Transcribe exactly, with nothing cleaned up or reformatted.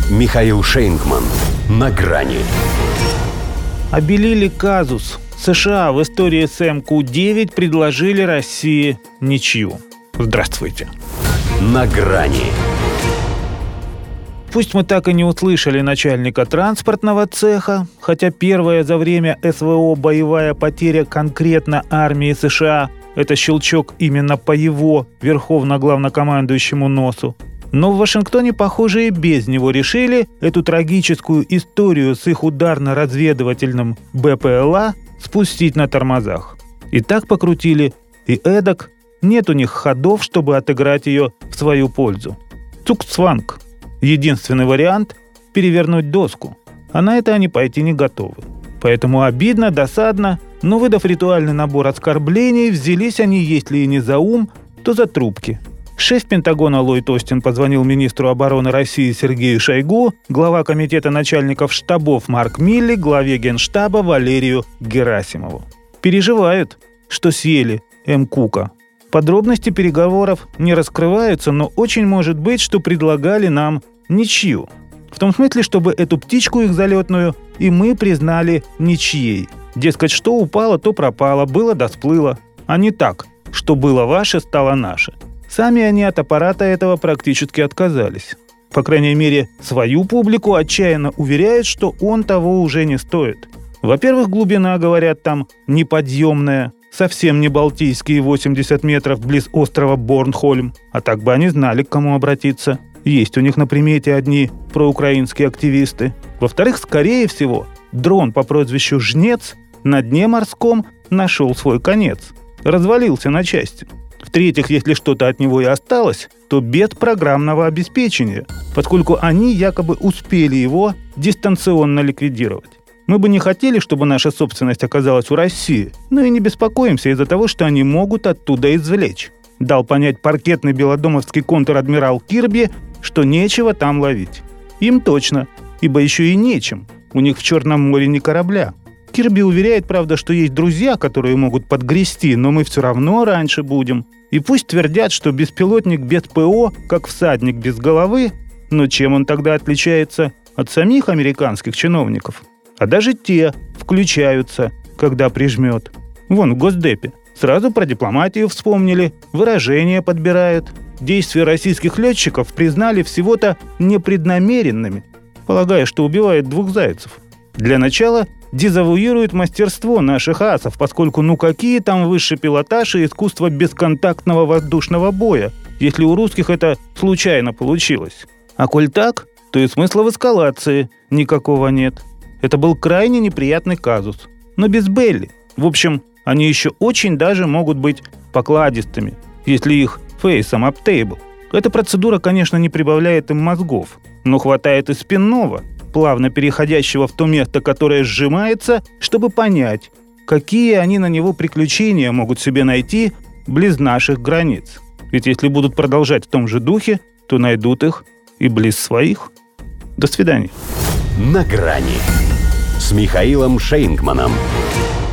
Михаил Шейнгман. На грани. Обелили казус. США в истории с эм ку девять предложили России ничью. Здравствуйте. На грани. Пусть мы так и не услышали начальника транспортного цеха, хотя первая за время эс вэ о боевая потеря конкретно армии США – это щелчок именно по его верховно-главнокомандующему носу. Но в Вашингтоне, похоже, и без него решили эту трагическую историю с их ударно-разведывательным бэ пэ эл а спустить на тормозах. И так покрутили, и эдак. Нет у них ходов, чтобы отыграть ее в свою пользу. Цугцванг. Единственный вариант – перевернуть доску. А на это они пойти не готовы. Поэтому обидно, досадно, но, выдав ритуальный набор оскорблений, взялись они, если и не за ум, то за трубки. Шеф Пентагона Ллойд Остин позвонил министру обороны России Сергею Шойгу, глава комитета начальников штабов Марк Милли, главе Генштаба Валерию Герасимову. Переживают, что съели эм-Кука. Подробности переговоров не раскрываются, но очень может быть, что предлагали нам ничью. В том смысле, чтобы эту птичку их залетную и мы признали ничьей. Дескать, что упало, то пропало, было да сплыло. А не так, что было ваше, стало наше. Сами они от аппарата этого практически отказались. По крайней мере, свою публику отчаянно уверяют, что он того уже не стоит. Во-первых, глубина, говорят, там неподъемная, совсем не балтийские восемьдесят метров близ острова Борнхольм, а так бы они знали, к кому обратиться. Есть у них на примете одни проукраинские активисты. Во-вторых, скорее всего, дрон по прозвищу «Жнец» на дне морском нашел свой конец. Развалился на части. В-третьих, если что-то от него и осталось, то без программного обеспечения, поскольку они якобы успели его дистанционно ликвидировать. Мы бы не хотели, чтобы наша собственность оказалась у России, но и не беспокоимся из-за того, что они могут оттуда извлечь. Дал понять паркетный белодомовский контр-адмирал Кирби, что нечего там ловить. Им точно, ибо еще и нечем. У них в Черном море ни корабля. Кирби уверяет, правда, что есть друзья, которые могут подгрести, но мы все равно раньше будем. И пусть твердят, что беспилотник без ПО, как всадник без головы, но чем он тогда отличается от самих американских чиновников? А даже те включаются, когда прижмет. Вон в Госдепе. Сразу про дипломатию вспомнили, выражения подбирают. Действия российских летчиков признали всего-то непреднамеренными, полагая, что убивает двух зайцев. Для начала дезавуирует мастерство наших асов, поскольку ну какие там высший пилотаж и искусство бесконтактного воздушного боя, если у русских это случайно получилось. А коль так, то и смысла в эскалации никакого нет. Это был крайне неприятный казус. Но без Белли. В общем, они еще очень даже могут быть покладистыми, если их фейсом ап тейбл. Эта процедура, конечно, не прибавляет им мозгов, но хватает и спинного, плавно переходящего в то место, которое сжимается, чтобы понять, какие они на него приключения могут себе найти близ наших границ. Ведь если будут продолжать в том же духе, то найдут их и близ своих. До свидания. На грани с Михаилом Шейнгманом.